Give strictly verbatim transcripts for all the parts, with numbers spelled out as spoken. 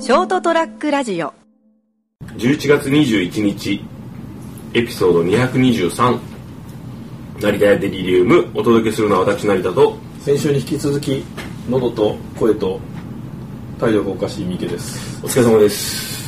ショートトラックラジオじゅういちがつにじゅういちにちエピソードにひゃくにじゅうさん成田屋デリリウム。お届けするのは私成田と、 先週に引き続き喉と声と体力がおかしい三池です。 お疲れ様です。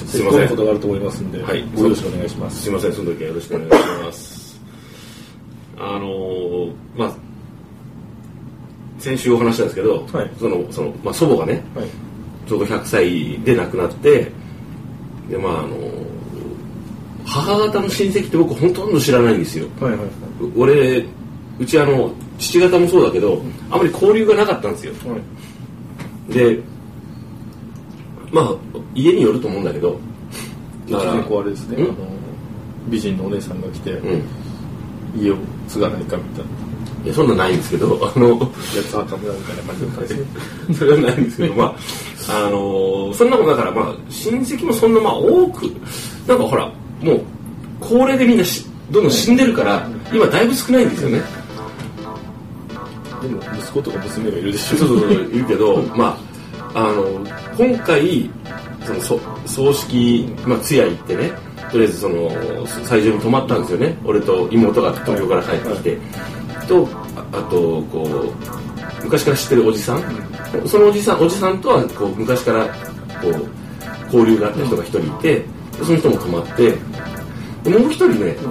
すいません、 ことがあると思いますんで、はい、ごよろしくお願いします。 すいません、その時はよろしくお願いしますあのー、まあ先週お話したんですけど、はい、そのその、まあ、祖母がね、はい、ちょうどひゃくさいで亡くなって、で、まああのー、母方の親戚って僕ほとんど知らないんですよ、はいはいはい、俺うちあの父方もそうだけど、うん、あまり交流がなかったんですよ、はい、でまあ家によると思うんだけど、 だから結構あれですね、あの美人のお姉さんが来て、うん、家を継がないかみたいな。 いや、そんなないんですけど、あのやつはかむなみたいな感じの感じですねそれはないんですけど、まああのそんなことだから、まあ親戚もそんなまあ多くなんかほらもう高齢でみんなしどんどん死んでるから、うん、今だいぶ少ないんですよね。 でも息子とか娘がいるでしょ。 そうそうそういるけどまああの今回そのそ葬式、まあ、通夜行ってね、とりあえずその斎場に泊まったんですよね。俺と妹が東京から帰ってきて、はい、と あ, あとこう昔から知ってるおじさん、うん、そのおじさんおじさんとはこう昔からこう交流があった人が一人いて、その人も泊まって、でもう一人ね、うん、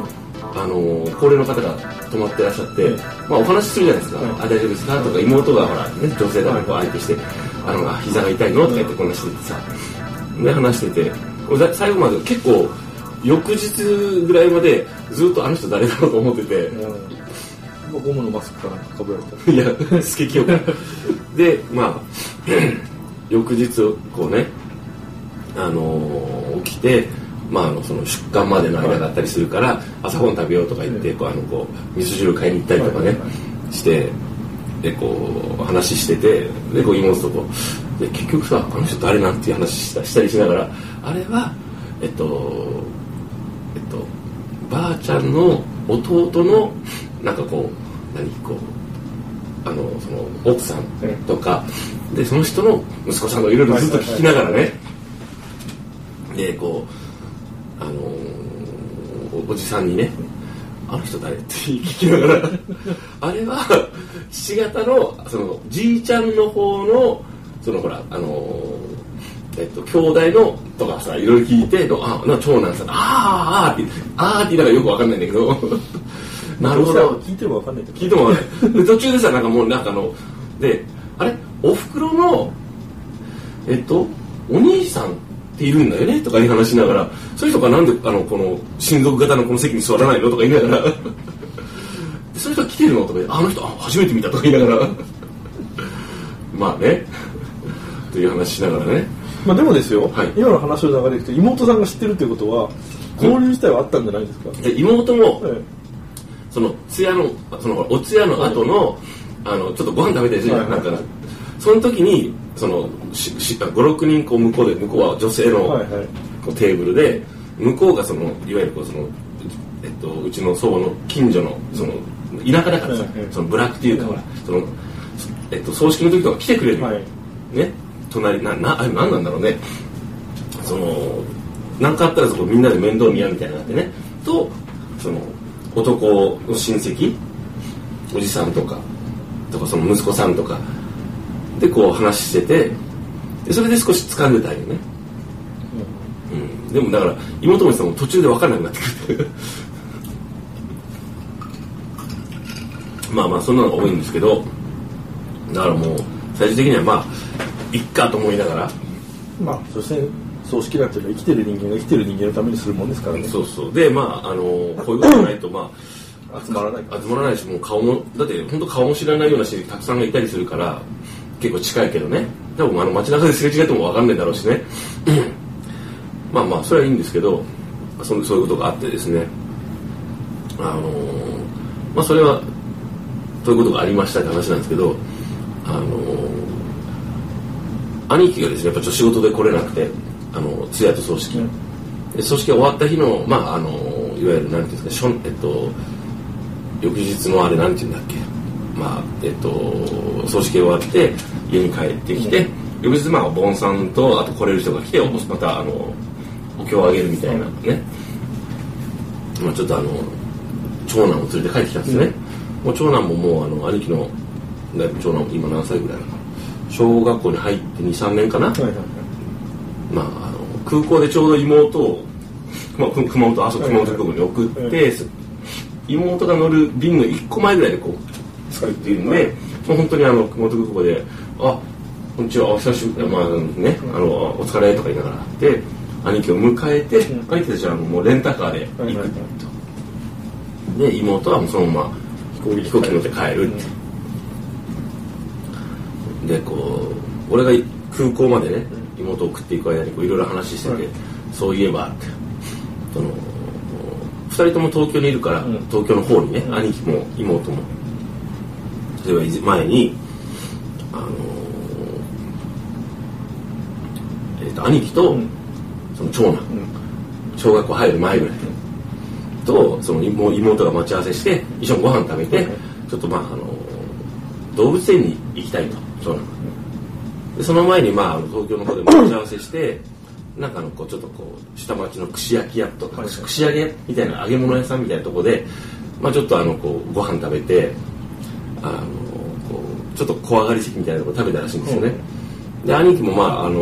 あの高齢の方が泊まってらっしゃって、うん、まあ、お話しするじゃないですか、うん、あ大丈夫ですかとか、妹がほら、ね、女性だからこう相手して、あのあ膝が痛いのとか言ってこんなしててさ、で話してて、最後まで結構翌日ぐらいまでずっとあの人誰だろうと思ってて、 うん、ゴムのマスクかなんかかぶられた。いやスケキヨでまあ翌日こうね、あのー、起きて、まあ、あのその出棺までの間だったりするから、はい、朝ごはん食べようとか言って、こうあのこう味噌汁買いに行ったりとかね、はいはいはい、してでこう話してて、でこう妹とこうで結局さ、あの人誰なんていう話した、したりしながら、あれはえっとえっとばあちゃんの弟のなんかこう何こうあのその奥さんとか、うん、でその人の息子さんがいろいろずっと聞きながらね、はいはいはい、でこうあのー、お, おじさんにね、あの人誰って聞きながらあれは父方のそのじいちゃんの方のそのほらあのー、えっと兄弟のとかさいろいろ聞いてのあな長男さんあーあーってあーって言いながらよくわかんないんだけどなるほど聞いてもわかんない聞いてもわかんないで途中でさなんかもうなんかのであれおふくろのえっとお兄さんっているんだよねとかいう話しながら、そういう人がなんであのこの親族型のこの席に座らないのとか言いながらそういう人が来てるのとか言って、あの人あ初めて見たとか言いながらまあねという話しながらね、 まあでもですよ、はい、今の話の流れでいくと妹さんが知ってるっていうことは交流自体はあったんじゃないですか。 で妹も、はい、その通夜のそのお通夜の後の、はい、あのちょっとご飯食べたりするじゃん、はいはいはい、なんかその時にそのごろくにんこう向こうで向こうは女性の、はいはい、こうテーブルで向こうがそのいわゆるこうその、えっと、うちの祖母の近所のその田舎だからさ、はいはい、その部落っていうかほら、その、えっと、葬式の時とか来てくれる、はい、ね隣ななあれ何なんだろうね、その何かあったらそこみんなで面倒見やみたいなのがあってね、とその男の親戚おじさんとかとかその息子さんとかでこう話してて、でそれで少し掴んでたよね、うんうん、でもだから妹もさんも途中で分からなくなってくるまあまあそんなのが多いんですけど、だからもう最終的にはまあいっかと思いながら、 まあそして葬式なんていうのは生きてる人間が生きてる人間のためにするもんですからね。 そうそうでまああのこういうことがないとまあ集まらない集まらないし、もう顔もだって本当顔も知らないような人たくさんがいたりするから結構近いけどね、多分あの街中ですれ違っても分かんないだろうしねまあまあそれはいいんですけど、そ う, そういうことがあってですね、あのー、まあそれはそういうことがありましたって話なんですけど、あのー、兄貴がですねやっぱちょっと仕事で来れなくて、あの通夜と葬式、うん、で葬式が終わった日のまああのー、いわゆるなんていうんですか、しょえっと翌日のあれなんていうんだっけ、まあえっと、葬式が終わって家に帰ってきて、 翌日まあボンさんとあと来れる人が来てまたあのお経をあげるみたいなね、まあ、ちょっとあの長男を連れて帰ってきたんですね、うん、もう長男ももうあの兄貴の長男も今何歳ぐらいなのか小学校に入ってにさんねんかな、はいはいはい、まあ、あの空港でちょうど妹を、まあ、熊本あそこ熊本空港に送って、はいはいはい、妹が乗る便のいっこまえぐらいでこう着くっていうんで、はい、もう本当にあの熊本空港で「あこんにちはお久しぶり、まあね、あのお疲れ」とか言いながらで兄貴を迎えて、うん、兄貴たちはもうレンタカーで行くと、はいはいはい、で妹はもうそのまま飛行機飛行機乗って帰るって、うん、でこう俺が空港までね妹を送っていく間にいろいろ話してて、はい、そういえばってそのふたりとも東京にいるから、うん、東京の方にね、うん、兄貴も妹も例えば前にあのーえー、と兄貴と、うん、その長男、うん、小学校入る前ぐらい、うん、とその妹が待ち合わせして一緒にご飯食べて、うん、ちょっとまあ、あのー、動物園に行きたいと長男が、うん、でその前に、まあ、東京の方で待ち合わせしてなんかのこうちょっとこう下町の串焼き屋とか、はい、串揚げみたいな揚げ物屋さんみたいなところで、まあ、ちょっとあのこうご飯食べてあのこうちょっと小上がり席みたいなところ食べたらしいんですよね、うん、で兄貴もまああの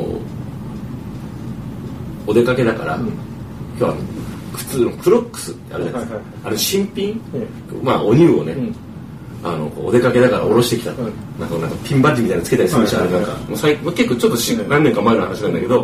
お出かけだから、うん、今日は靴のクロックスってあるじゃないですか、はいはい、あれ新品、うん、まあお乳をね、うんあのお出かけだから下ろしてきた、うん、なんかなんかピンバッジみたいなのつけたりするし、はいはいはい、あれなんかもう最結構ちょっとし、うん、何年か前の話なんだけど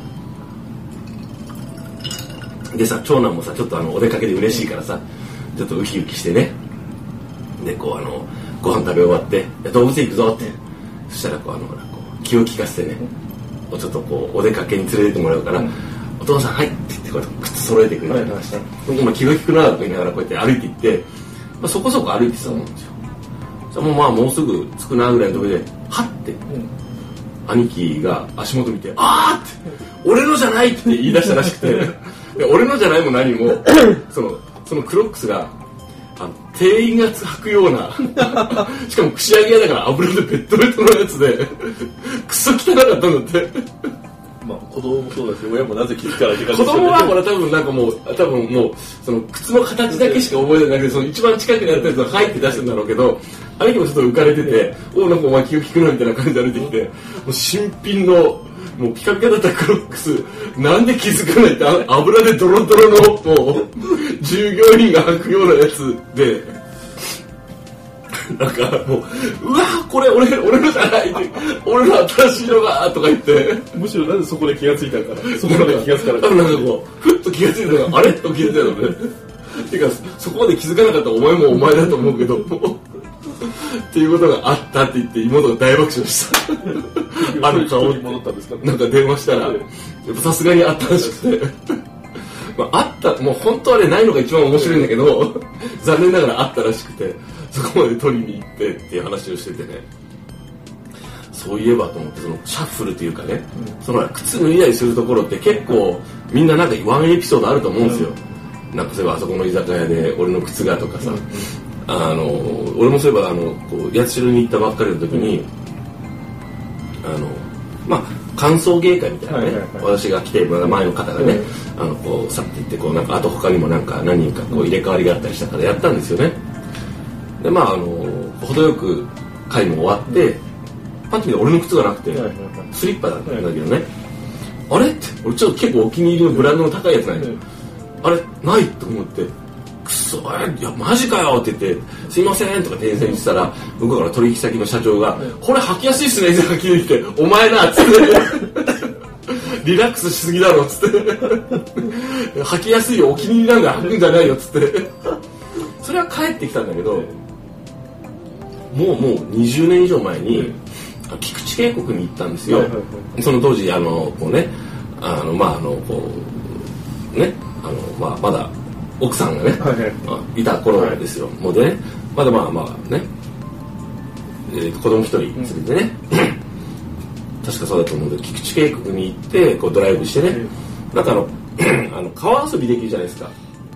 でさ長男もさちょっとあのお出かけで嬉しいからさちょっとウキウキしてねでこうあのご飯食べ終わって動物園行くぞって、うん、そしたらこうあのこう気を利かせてね、うん、ちょっとこうお出かけに連れてってもらうから、うん、お父さんはいって言ってこうやって靴揃えてくれたりとかして、はいはい、気が利くなと言いながらこうやって歩いていって、まあ、そこそこ歩いてたと思うんですよ。もうまあもうすぐ着くなぐらいのところではって、うん、兄貴が足元見てあーって俺のじゃないって言い出したらしくて俺のじゃないも何もそのそのクロックスがあの店員が履くようなしかも串揚げ屋だから油でベッドベッドのやつでクソ汚かったんだってまあ子供もそうだし親もなぜ気づかないって感じですよね。子供はほら多分なんかもう多分もうその靴の形だけしか覚えてないけどその一番近くにあったやつを入って出してんだろうけど兄貴もちょっと浮かれてておなんかお前気を利くなみたいな感じで歩いてきてもう新品のもうピカピカだったクロックスなんで気づかないって油でドロドロのもう従業員が履くようなやつでなんかもううわこれ俺俺のじゃないって俺の新しいのがとか言ってむしろなんでそこで気がついたからそこまで気がつかなかったなんかこうふっと気がついたのがあれと気がついたのねっていうかそこまで気づかなかったらお前もお前だと思うけどっていうことがあったって言って妹が大爆笑したある顔に戻ったんですか、ね、なんか電話したらさすがにあったらしくてまあ、あったもう本当はねないのが一番面白いんだけど残念ながらあったらしくてそこまで取りに行ってっていう話をしててねそういえばと思ってそのシャッフルというかね、うん、その靴脱いだりするところって結構みんななんかワンエピソードあると思うんですよ、うん、なんかそういえばあそこの居酒屋で俺の靴がとかさ、うん、あの俺もそういえばあのこう八代に行ったばっかりの時に、うん、あのまあ歓送迎会みたいなね、はいはいはい、私が来てまだ前の方がね、うん、あのこう去っていってこうなんかあと他にもなんか何人かこう入れ替わりがあったりしたからやったんですよね。でまああの程よく会も終わって、パッと見て俺の靴がなくて、はいはいはい、スリッパだったんだけどね、はい、あれって俺ちょっと結構お気に入りのブランドの高いやつないの、はい、あれないと思ってくそいやマジかよって言ってすいませんとか店員さんに言ってたら向こうから取引先の社長が、はい、これ履きやすいっすねって聞いてきてお前なっつってリラックスしすぎだろっつって履きやすいよお気に入りなんだ履くんじゃないよっつってそれは帰ってきたんだけどもうもうにじゅうねん以上前に菊池渓谷に行ったんですよ、はいはいはい、その当時あのこうねあのまああのこうねあのまあまだ奥さんがね、はいはい、いた頃ですよ、はい、もうでねまだまあまあね、えー、子供一人連れてね、うん、確かそうだと思うんで菊池渓谷に行ってこうドライブしてね、うん、なんかあのあの川遊びできるじゃないですか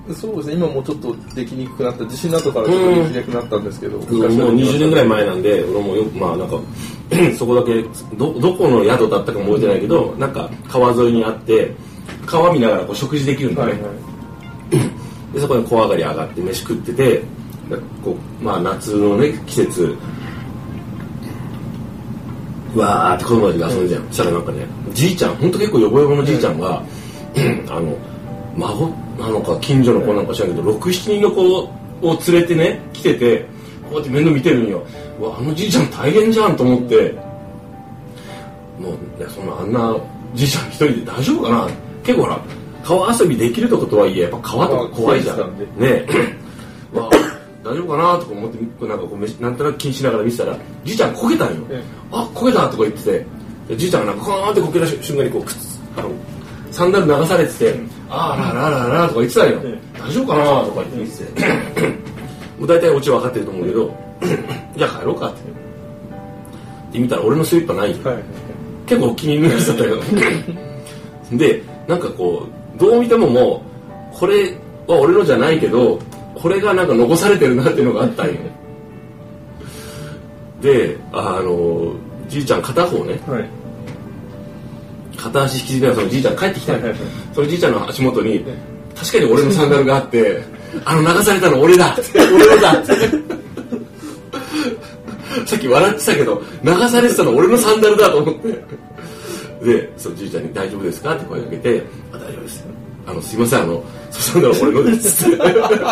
そうですね、今もうちょっとできにくくなった、地震の後からちょっとできにくくなったんですけど、 うん、もうにじゅうねんぐらい前なんで、俺もよくまあなんかそこだけ ど, どこの宿だったかも覚えてないけど、うん、なんか川沿いにあって川見ながらこう食事できるんだね、はいはい、でそこに小上がり上がって飯食ってて、こうまあ夏のね季節わーって子供たちが遊んでん、うん、したらなんかね、じいちゃんほんと結構ヨボヨボのじいちゃんが、うん、あの孫なのか近所の子なんか知らんけど、ろく、しちにんの子を連れてね来てて、こうやって面倒見てるんよ。うわ、あのじいちゃん大変じゃんと思って、もういやそんなあんなじいちゃん一人で大丈夫かな。結構ほら川遊びできるとことはいえやっぱ川とか怖いじゃんねえわ大丈夫かなとか思ってなんかこうなんとなく気にしながら見てたら、じいちゃんこけたんよ、ええ、あこけたとか言ってて、でじいちゃんがなんかコーンってこけた瞬間にこう靴あのサンダル流されてて、うん、あららららとか言ってたよ、うん、大丈夫かなとか言ってて、うん、もう大体オチ分かってると思うけどじゃあ帰ろうかってで見たら俺のスリッパないよ、はい、結構気に入るやつだったけどでなんかこうどう見てももうこれは俺のじゃないけどこれがなんか残されてるなっていうのがあったんよであのじいちゃん片方ね、はい、片足引きずりながらそのじいちゃん帰ってきた、はいはいはい、そのじいちゃんの足元に、はい、確かに俺のサンダルがあってあの流されたの俺だって俺のだってさっき笑ってたけど流されてたの俺のサンダルだと思ってでそのじいちゃんに大丈夫ですかって声かけて、あ大丈夫ですよ、あのすいませんあのサンダル俺のですって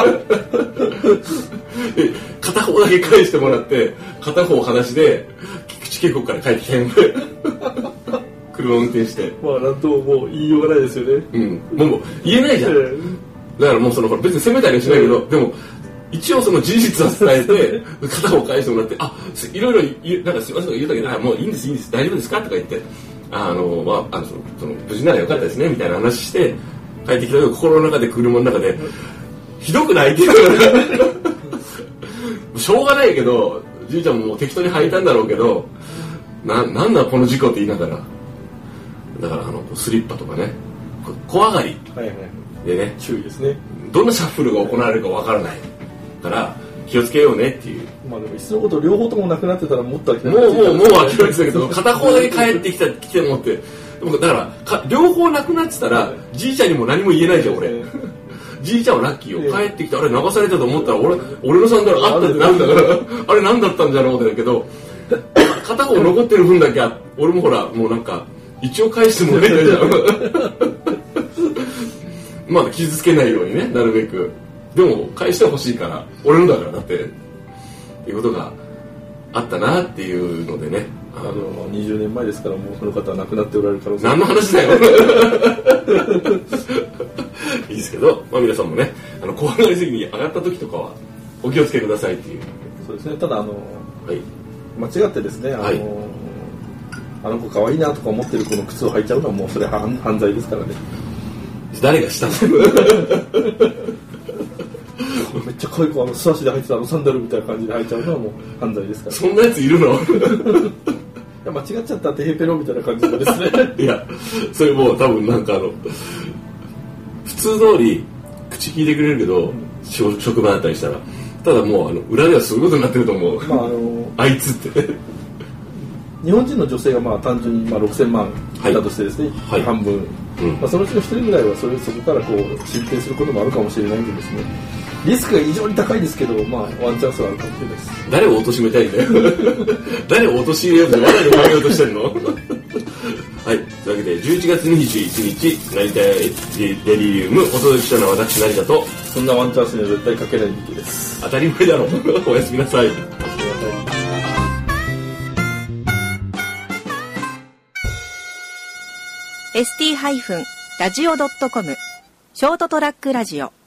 で片方だけ返してもらって片方裸足で菊池渓谷から帰ってきたんで車を運転して、 まあなんともう言いようがないですよね、 うん、もうもう言えないじゃん、だからもうその別に責めたりはしないけど、うん、でも一応その事実は伝えて片方返してもらって、あいろいろなんかすいませんとか言うたけど、あもういいんですいいんです大丈夫ですかとか言って、あのまああのそのその無事ならよかったですねみたいな話して帰ってきたけど、心の中で車の中でひどくないっていうしょうがないけどじいちゃんももう適当に履いたんだろうけど、ななんだこの事故って言いながら、だからあのスリッパとかね小上がりでね、はいはい、 注意ですね、 どんなシャッフルが行われるかわからないから気をつけようねっていう。 まあでもいっそのこと両方ともなくなってたらもっと諦めてもうもうもう諦めてたけど片方だけ帰ってきた来てもってでもだからか両方なくなってたらじいちゃんにも何も言えないじゃん俺、えー、じいちゃんはラッキーよ、えー、帰ってきてあれ流されたと思ったら俺俺のサンダルあったってなんだからあれ何だったんじゃろうだけど片方残ってる分だけあ俺もほらもうなんか一応返してもらえないじゃんまだ傷つけないようにねなるべく、でも返してほしいから俺のだからだってっていうことがあったなっていうのでね、 あのにじゅうねんまえですからもうその方は亡くなっておられる可能性何の話だよいいですけど、まあ、皆さんもねあの怖がりすぎに上がった時とかはお気をつけくださいっていう。 そうですね、ただあの、はい、間違ってですねあの、はい、あの子可愛いなとか思ってる子の靴を履いちゃうのはもうそれは犯罪ですからね。 誰がしたのめっちゃ可愛い子あの素足で履いてたあのサンダルみたいな感じで履いちゃうのはもう犯罪ですから、 そんなやついるのいや間違っちゃったってヘペロみたいな感じですねいやそれもう多分なんかあの普通通り口聞いてくれるけど、うん、職場だったりしたらただもうあの裏ではすごいことになってると思う、まあ、あのあいつって日本人の女性がまあ単純にまあろくせんまんいたとしてですね、はい、半分、うんまあ、そのうちのひとりぐらいはそれそこからこう進展することもあるかもしれないんでですね、リスクが異常に高いですけど、まあ、ワンチャンスはあるかもしれないです。 誰を貶めたいんだよ誰を陥れようと罠にかけようとしてんのはい、というわけでじゅういちがつにじゅういちにち成田デリリウムお届けしたのは私成田と、 そんなワンチャンスには絶対かけないべきです。 当たり前だろおやすみなさい。 エスティー ラジオ ドットコム ショートトラックラジオ